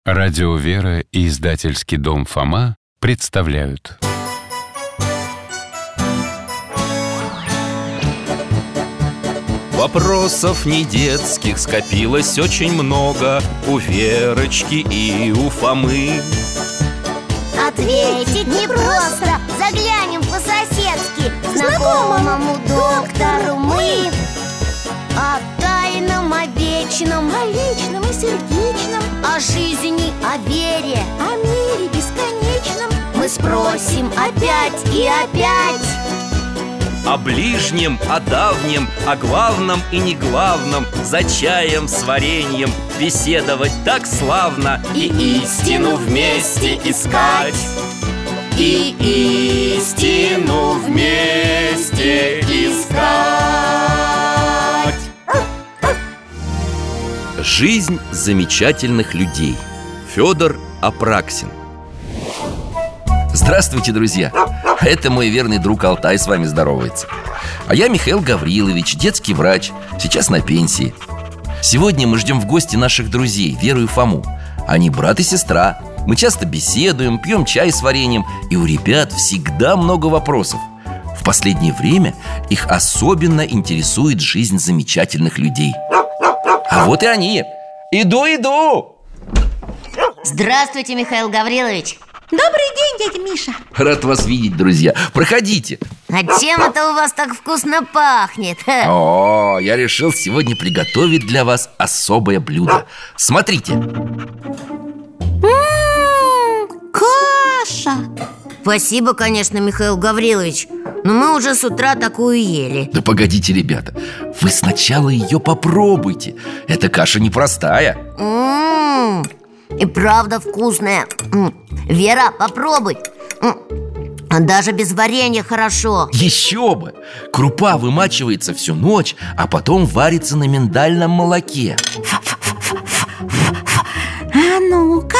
Радио «Вера» и издательский дом «Фома» представляют. Вопросов не детских скопилось очень много у Верочки и у Фомы. Ответить непросто, заглянем по-соседски к знакомому доктору мы. О тайном, о вечном, о личном и сердечном, о жизни, о вере, о мире бесконечном мы спросим опять и опять. О ближнем, о давнем, о главном и неглавном, за чаем с вареньем беседовать так славно и истину вместе искать. И истину вместе искать. Жизнь замечательных людей. Федор Апраксин. Здравствуйте, друзья! Это мой верный друг Алтай с вами здоровается. А я Михаил Гаврилович, детский врач, сейчас на пенсии. Сегодня мы ждем в гости наших друзей, Веру и Фому. Они брат и сестра. Мы часто беседуем, пьем чай с вареньем, и у ребят всегда много вопросов. В последнее время их особенно интересует жизнь замечательных людей. А вот и они. Иду! Здравствуйте, Михаил Гаврилович. Добрый день, дядя Миша. Рад вас видеть, друзья. Проходите. А чем это у вас так вкусно пахнет? О, я решил сегодня приготовить для вас особое блюдо. Смотрите. Каша. Спасибо, конечно, Михаил Гаврилович, но мы уже с утра такую ели. Да погодите, ребята, вы сначала ее попробуйте. Эта каша непростая. И правда вкусная. Вера, попробуй. Даже без варенья хорошо. Еще бы! Крупа вымачивается всю ночь, а потом варится на миндальном молоке. А ну-ка.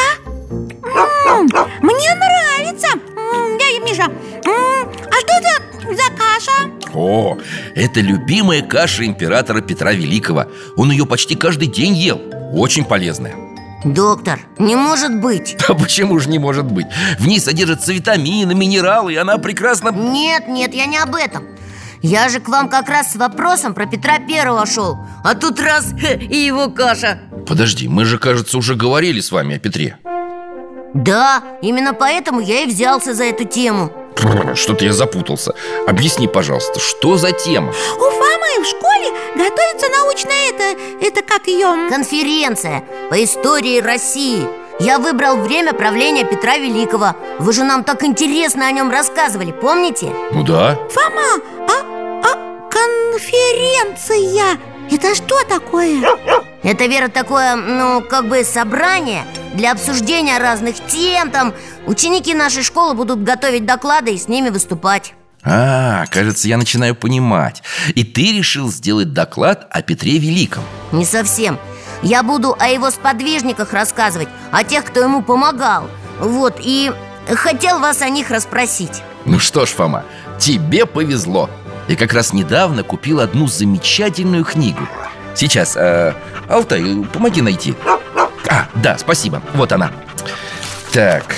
Мне нравится, дядя Миша. А что это за каша? О, это любимая каша императора Петра Великого. Он ее почти каждый день ел. Очень полезная. Доктор, не может быть. А почему же не может быть? В ней содержатся витамины, минералы, и она прекрасно... Нет, я не об этом. Я же к вам как раз с вопросом про Петра Первого шел. А тут раз, и его каша. Подожди, мы же, кажется, уже говорили с вами о Петре. Да, именно поэтому я и взялся за эту тему. Что-то я запутался. Объясни, пожалуйста, что за тема? У Фомы в школе готовится научная это как ее... Конференция по истории России. Я выбрал время правления Петра Великого. Вы же нам так интересно о нем рассказывали, помните? Ну да. Фома, а конференция это что такое? Это, Вера, такое, как бы собрание для обсуждения разных тем. Там ученики нашей школы будут готовить доклады и с ними выступать. Кажется, я начинаю понимать. И ты решил сделать доклад о Петре Великом? Не совсем. Я буду о его сподвижниках рассказывать, о тех, кто ему помогал. Вот, и хотел вас о них расспросить. Ну что ж, Фома, тебе повезло. Я как раз недавно купил одну замечательную книгу. Сейчас, Алтай, помоги найти. Да, спасибо, вот она. Так,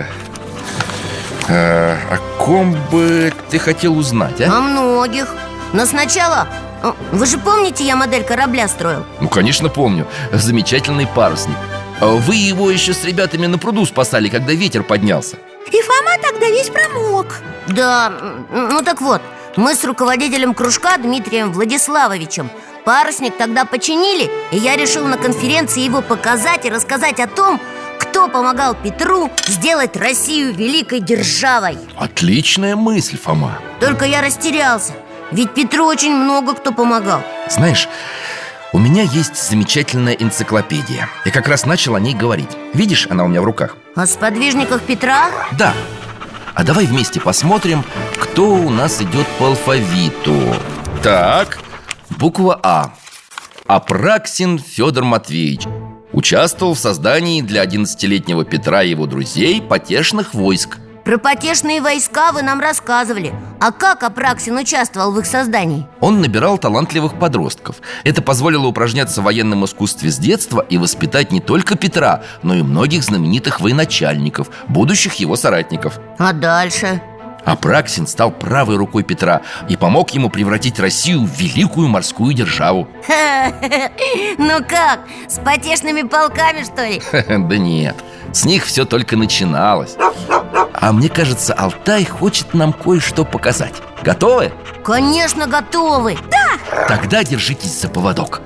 о ком бы ты хотел узнать, а? О многих. Но сначала, вы же помните, я модель корабля строил? Ну, конечно, помню. Замечательный парусник. Вы его еще с ребятами на пруду спасали, когда ветер поднялся. И Фома тогда весь промок. Да, так вот, мы с руководителем кружка Дмитрием Владиславовичем парусник тогда починили, и я решил на конференции его показать и рассказать о том, кто помогал Петру сделать Россию великой державой. Отличная мысль, Фома. Только я растерялся, ведь Петру очень много кто помогал. Знаешь, у меня есть замечательная энциклопедия. Я как раз начал о ней говорить. Видишь, она у меня в руках. О сподвижниках Петра? Да. А давай вместе посмотрим, кто у нас идет по алфавиту. Так, буква А. Апраксин Федор Матвеевич. Участвовал в создании для 11-летнего Петра и его друзей потешных войск. Про потешные войска вы нам рассказывали. А как Апраксин участвовал в их создании? Он набирал талантливых подростков. Это позволило упражняться в военном искусстве с детства и воспитать не только Петра, но и многих знаменитых военачальников, будущих его соратников. А дальше? Апраксин стал правой рукой Петра и помог ему превратить Россию в великую морскую державу. Ну как, с потешными полками, что ли? Да нет, с них все только начиналось. А мне кажется, Алтай хочет нам кое-что показать. Готовы? Конечно, готовы. Тогда держитесь за поводок.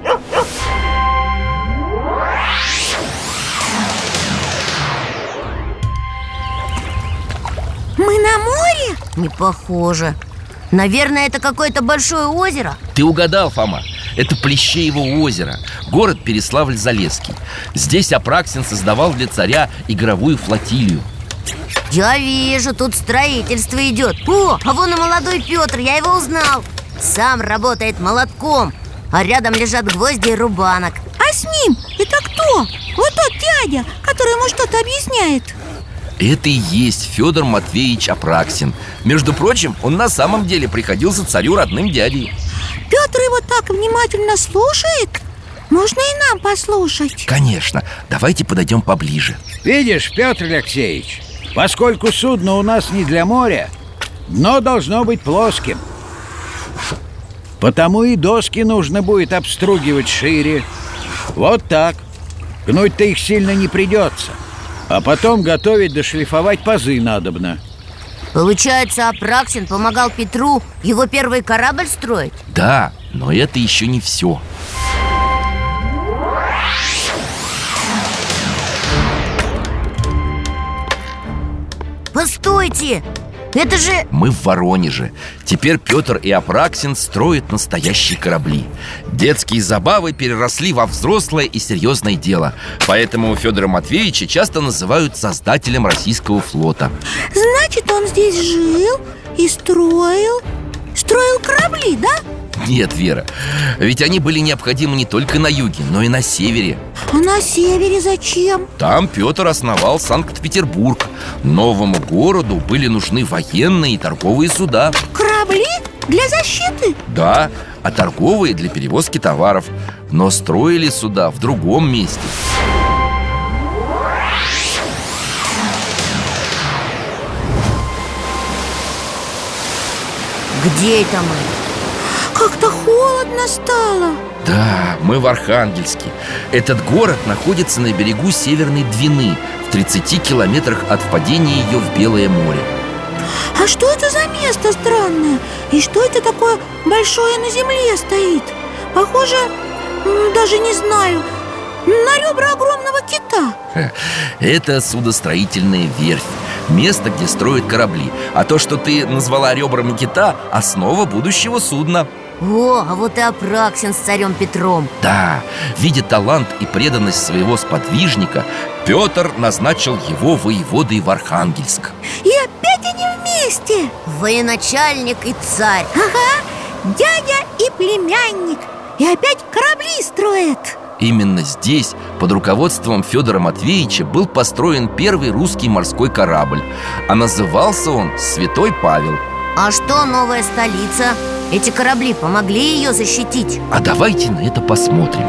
Мы на море? Не похоже. Наверное, это какое-то большое озеро. Ты угадал, Фома. Это Плещеево озеро, город Переславль-Залесский. Здесь Апраксин создавал для царя игровую флотилию. Я вижу, тут строительство идет. О, а вон и молодой Петр, я его узнал. Сам работает молотком, а рядом лежат гвозди и рубанок. А с ним это кто? Вот тот дядя, который ему что-то объясняет. Это и есть Федор Матвеевич Апраксин. Между прочим, он на самом деле приходился царю родным дядей. Петр его так внимательно слушает. Можно и нам послушать. Конечно, давайте подойдем поближе. Видишь, Петр Алексеевич, поскольку судно у нас не для моря, дно должно быть плоским. Потому и доски нужно будет обстругивать шире. Вот так. Гнуть-то их сильно не придется. А потом готовить да шлифовать пазы надобно. Получается, Апраксин помогал Петру его первый корабль строить? Да, но это еще не все. Постойте! Это же... Мы в Воронеже. Теперь Петр и Апраксин строят настоящие корабли. Детские забавы переросли во взрослое и серьезное дело. Поэтому Федора Матвеевича часто называют создателем российского флота. Значит, он здесь жил и строил корабли, да? Нет, Вера, ведь они были необходимы не только на юге, но и на севере. А на севере зачем? Там Петр основал Санкт-Петербург. Новому городу были нужны военные и торговые суда. Корабли? Для защиты? Да, а торговые для перевозки товаров. Но строили суда в другом месте. Где это мы? Как-то холодно стало. Да, мы в Архангельске. Этот город находится на берегу Северной Двины, в 30 километрах от впадения ее в Белое море. А что это за место странное? И что это такое большое на земле стоит? Похоже, даже не знаю, на ребра огромного кита. Это судостроительная верфь. Место, где строят корабли. А то, что ты назвала ребрами кита, основа будущего судна. О, а вот и Апраксин с царем Петром. Да, видя талант и преданность своего сподвижника, Петр назначил его воеводой в Архангельск. И опять они вместе. Военачальник и царь. Ага, дядя и племянник. И опять корабли строят. Именно здесь, под руководством Федора Матвеевича, был построен первый русский морской корабль. А назывался он «Святой Павел». А что новая столица? Эти корабли помогли ее защитить? А давайте на это посмотрим.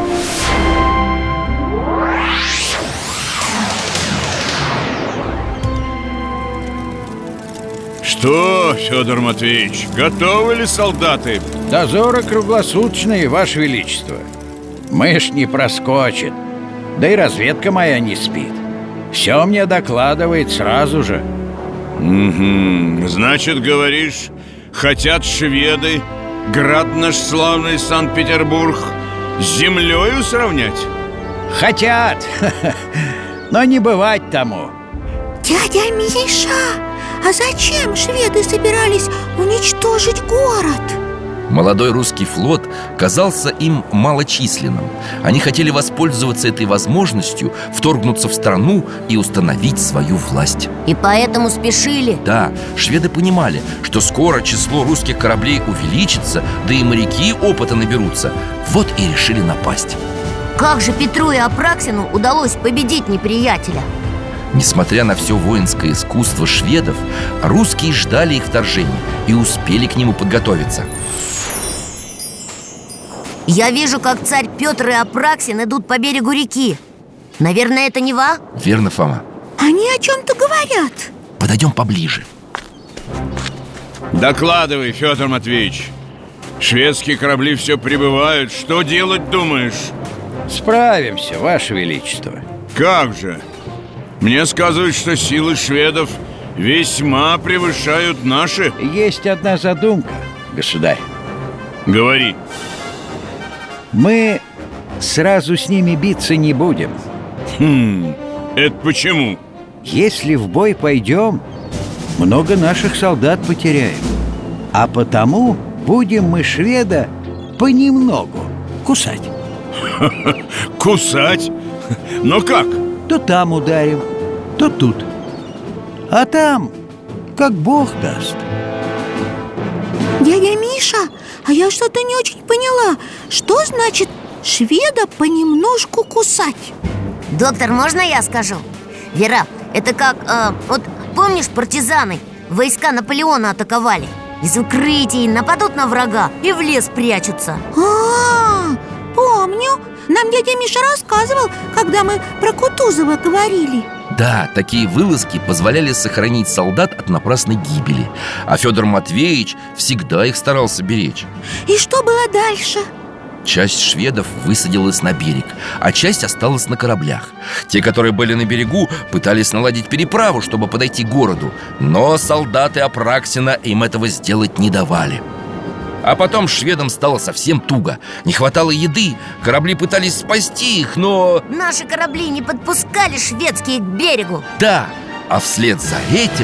Что, Федор Матвеевич, готовы ли солдаты? Дозоры круглосуточные, Ваше Величество. Мышь не проскочит. Да и разведка моя не спит. Все мне докладывает сразу же. Угу. Значит, говоришь, хотят шведы град наш славный Санкт-Петербург с землею сравнять? Хотят, но не бывать тому. Дядя Миша, а зачем шведы собирались уничтожить город? Молодой русский флот казался им малочисленным. Они хотели воспользоваться этой возможностью, вторгнуться в страну и установить свою власть. И поэтому спешили. Да, шведы понимали, что скоро число русских кораблей увеличится, да и моряки опыта наберутся. Вот и решили напасть. Как же Петру и Апраксину удалось победить неприятеля? Несмотря на все воинское искусство шведов, русские ждали их вторжения и успели к нему подготовиться. Я вижу, как царь Петр и Апраксин идут по берегу реки. Наверное, это Нева? Верно, Фома. Они о чем-то говорят. Подойдем поближе. Докладывай, Федор Матвеевич. Шведские корабли все прибывают. Что делать, думаешь? Справимся, Ваше Величество. Как же? Мне сказывают, что силы шведов весьма превышают наши. Есть одна задумка, государь. Говори. Мы сразу с ними биться не будем. Это почему? Если в бой пойдем, много наших солдат потеряем. А потому будем мы шведа понемногу кусать. Кусать? Но как? То там ударим, то тут. А там, как Бог даст. Дядя Миша, а я что-то не очень поняла. Что значит шведа понемножку кусать? Доктор, можно я скажу? Вера, это как, вот помнишь, партизаны войска Наполеона атаковали? Из укрытий нападут на врага и в лес прячутся. Помню. Нам дядя Миша рассказывал, когда мы про Кутузова говорили. Да, такие вылазки позволяли сохранить солдат от напрасной гибели. А Федор Матвеевич всегда их старался беречь. И что было дальше? Часть шведов высадилась на берег, а часть осталась на кораблях. Те, которые были на берегу, пытались наладить переправу, чтобы подойти к городу. Но солдаты Апраксина им этого сделать не давали. А потом шведам стало совсем туго. Не хватало еды, корабли пытались спасти их, но... Наши корабли не подпускали шведские к берегу. Да, а вслед за этим...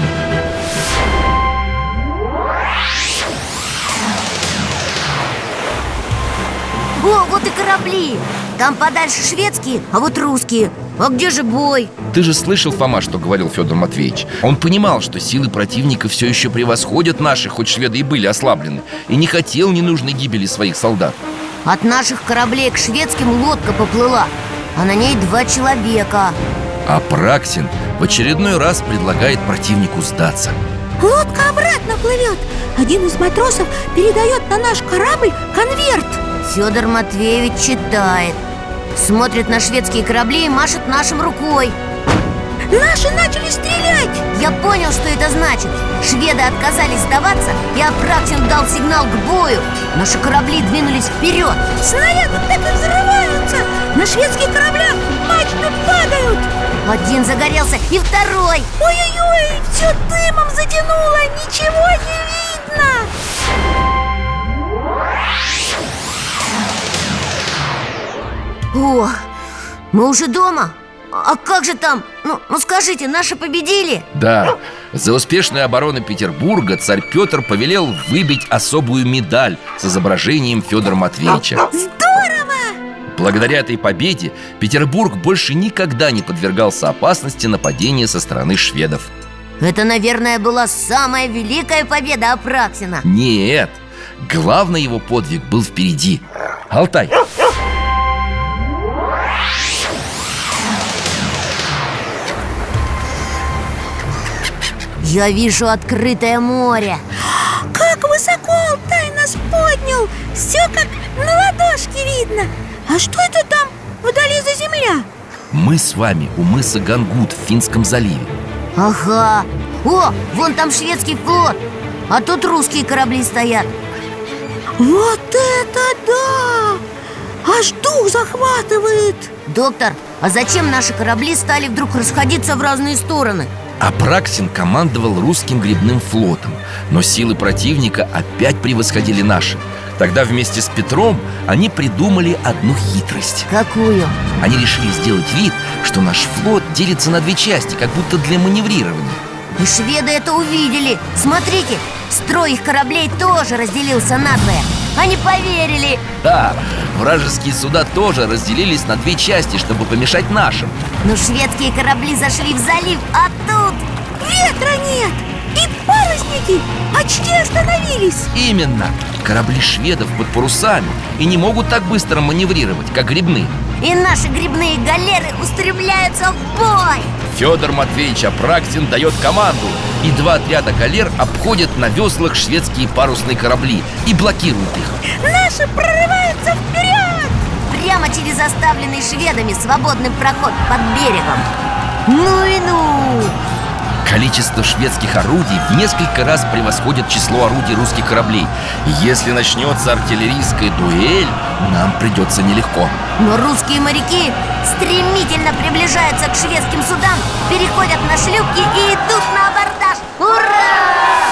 О, вот и корабли. Там подальше шведские, а вот русские. А где же бой? Ты же слышал, Фома, что говорил Федор Матвеевич. Он понимал, что силы противника все еще превосходят наши, хоть шведы и были ослаблены, и не хотел ненужной гибели своих солдат. От наших кораблей к шведским лодка поплыла, а на ней 2 человека. Апраксин в очередной раз предлагает противнику сдаться. Лодка обратно плывет. Один из матросов передает на наш корабль конверт. Федор Матвеевич читает, смотрит на шведские корабли и машет нашим рукой. Наши начали стрелять. Я понял, что это значит. Шведы отказались сдаваться, и Апраксин дал сигнал к бою. Наши корабли двинулись вперед. Снаряды так и взрываются. На шведских кораблях мачты падают. Один загорелся, и второй. Ой-ой-ой, все дымом затянуло, ничего не видно. О, мы уже дома? А как же там? Ну скажите, наши победили? Да, за успешную оборону Петербурга царь Петр повелел выбить особую медаль с изображением Федора Матвеевича. Здорово! Благодаря этой победе Петербург больше никогда не подвергался опасности нападения со стороны шведов. Это, наверное, была самая великая победа Апраксина. Нет, главный его подвиг был впереди. Алтай! Я вижу открытое море. Как высоко Алтай нас поднял! Все как на ладошке видно. А что это там вдали за земля? Мы с вами у мыса Гангут в Финском заливе. Ага. О, вон там шведский флот. А тут русские корабли стоят. Вот это да! Аж дух захватывает. Доктор, а зачем наши корабли стали вдруг расходиться в разные стороны? Апраксин командовал русским гребным флотом, но силы противника опять превосходили наши. Тогда вместе с Петром они придумали одну хитрость. Какую? Они решили сделать вид, что наш флот делится на 2 части, как будто для маневрирования. И шведы это увидели. Смотрите, строй их кораблей тоже разделился надвое. Они поверили. Да, вражеские суда тоже разделились на 2 части, чтобы помешать нашим. Но шведские корабли зашли в залив, а тут... Ветра нет! И парусники почти остановились. Именно, корабли шведов под парусами и не могут так быстро маневрировать, как гребные. и наши грибные галеры устремляются в бой. Федор Матвеевич Апраксин дает команду, и два отряда галер обходят на веслах шведские парусные корабли и блокируют их. Наши прорываются вперед! Прямо через оставленный шведами свободный проход под берегом. Ну и ну! Количество шведских орудий в несколько раз превосходит число орудий русских кораблей. И если начнется артиллерийская дуэль, нам придется нелегко. Но русские моряки стремительно приближаются к шведским судам, переходят на шлюпки и идут на абордаж. Ура!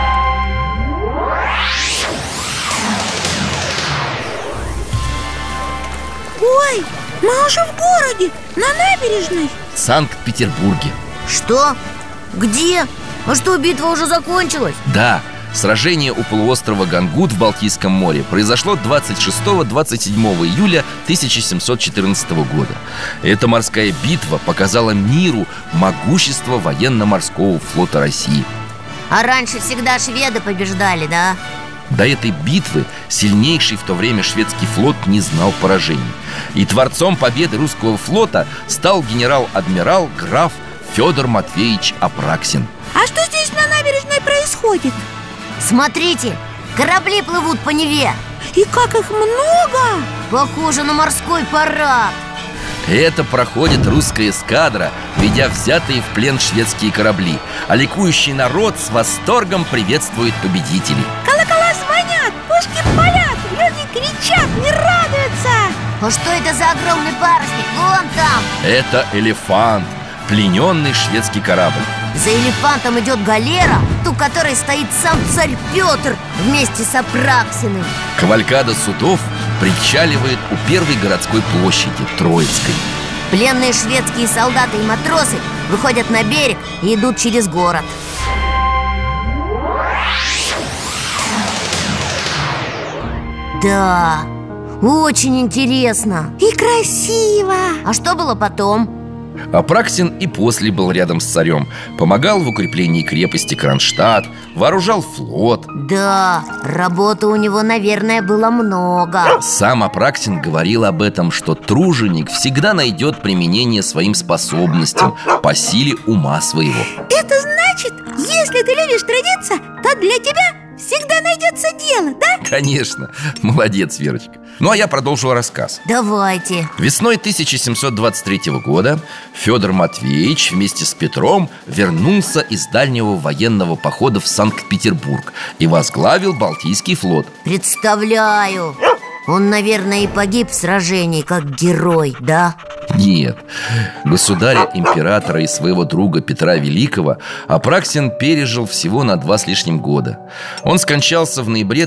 Ой, мы уже в городе, на набережной. В Санкт-Петербурге. Что? Где? А что, битва уже закончилась? Да, сражение у полуострова Гангут в Балтийском море произошло 26-27 июля 1714 года. Эта морская битва показала миру могущество военно-морского флота России. А раньше всегда шведы побеждали, да? До этой битвы сильнейший в то время шведский флот не знал поражений. И творцом победы русского флота стал генерал-адмирал граф Федор Матвеевич Апраксин. А что здесь на набережной происходит? Смотрите, корабли плывут по Неве. И как их много! Похоже на морской парад. Это проходит русская эскадра, ведя взятые в плен шведские корабли. А ликующий народ с восторгом приветствует победителей. Колокола звонят, пушки палят, люди кричат, не радуются. А что это за огромный парусник? Вон там. Это «Элефант», плененный шведский корабль. За «Элефантом» идет галера, у которой стоит сам царь Петр вместе с Апраксиным. Кавалькада судов причаливает у первой городской площади Троицкой. Пленные шведские солдаты и матросы выходят на берег и идут через город. Да, очень интересно. И красиво. А что было потом? Апраксин и после был рядом с царем. Помогал в укреплении крепости Кронштадт, вооружал флот. Да, работы у него, наверное, было много. Сам Апраксин говорил об этом, что труженик всегда найдет применение своим способностям по силе ума своего. Это значит, если ты любишь трудиться, то для тебя всегда найдется дело, да? Конечно, молодец, Верочка. Ну а я продолжу рассказ. Давайте. Весной 1723 года Федор Матвеевич вместе с Петром вернулся из дальнего военного похода в Санкт-Петербург и возглавил Балтийский флот. Представляю. Он, наверное, и погиб в сражении как герой, да? Нет, государя, императора и своего друга Петра Великого Апраксин пережил всего на 2 с лишним года. Он скончался в ноябре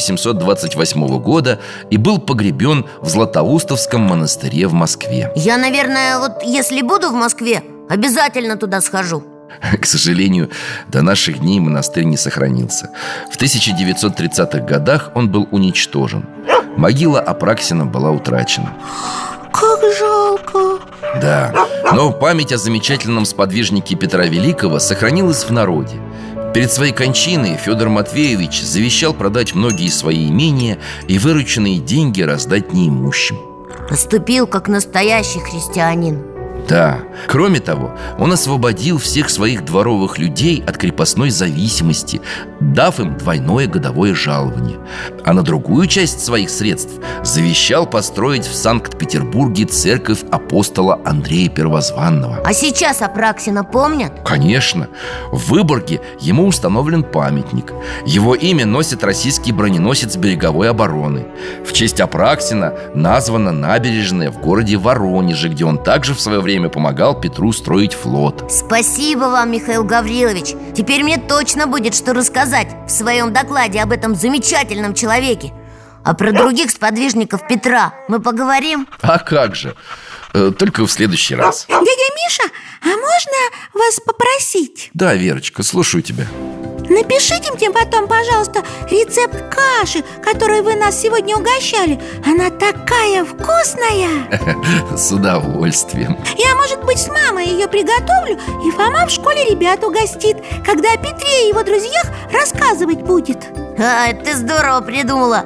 1728 года и был погребен в Златоустовском монастыре в Москве. Я, наверное, вот если буду в Москве, обязательно туда схожу. К сожалению, до наших дней монастырь не сохранился. В 1930-х годах он был уничтожен. Могила Апраксина была утрачена. Как жалко. Да, но память о замечательном сподвижнике Петра Великого сохранилась в народе. Перед своей кончиной Федор Матвеевич завещал продать многие свои имения и вырученные деньги раздать неимущим. Поступил как настоящий христианин. Да, кроме того, он освободил всех своих дворовых людей от крепостной зависимости, дав им 2-ное годовое жалование. А на другую часть своих средств завещал построить в Санкт-Петербурге церковь апостола Андрея Первозванного. А сейчас Апраксина помнят? Конечно, в Выборге ему установлен памятник. Его имя носит российский броненосец береговой обороны. В честь Апраксина названа набережная в городе Воронеже, где он также в свое время помогал Петру строить флот. Спасибо вам, Михаил Гаврилович. Теперь мне точно будет что рассказать в своем докладе об этом замечательном человеке. А про других сподвижников Петра мы поговорим? А как же? Только в следующий раз. Дядя Миша, а можно вас попросить? Да, Верочка, слушаю тебя. Напишите мне потом, пожалуйста, рецепт каши, которой вы нас сегодня угощали. Она такая вкусная. С удовольствием. Я, может быть, с мамой ее приготовлю, и Фома в школе ребят угостит, когда о Петре и его друзьях рассказывать будет. Это ты здорово придумала.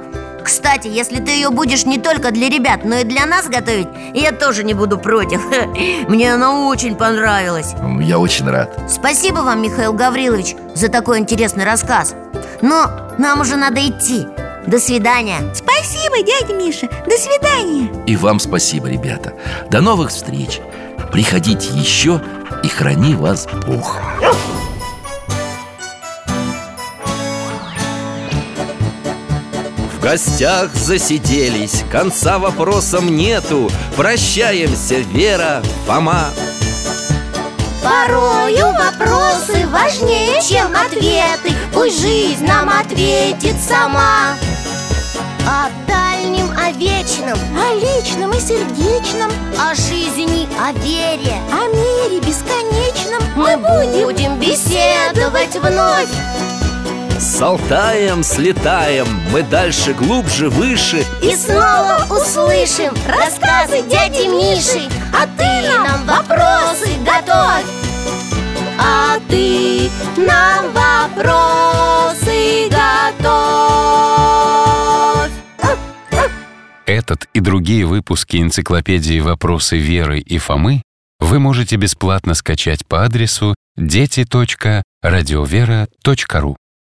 Кстати, если ты ее будешь не только для ребят, но и для нас готовить, я тоже не буду против. Мне она очень понравилась. Я очень рад. Спасибо вам, Михаил Гаврилович, за такой интересный рассказ. Но нам уже надо идти. До свидания. Спасибо, дядя Миша. До свидания. И вам спасибо, ребята. До новых встреч. Приходите еще, и храни вас Бог. В гостях засиделись, конца вопросам нету. Прощаемся, Вера, Фома. Порою вопросы важнее, чем ответы. Пусть жизнь нам ответит сама. О дальнем, о вечном, О личном и сердечном, о жизни, о вере о мире бесконечном мы будем беседовать вновь. С Алтаем слетаем, мы дальше, глубже, выше. И снова услышим рассказы дяди Миши. А ты нам вопросы готовь. А ты нам вопросы готовь. Этот и другие выпуски энциклопедии «Вопросы Веры и Фомы» вы можете бесплатно скачать по адресу дети.радиовера.ру.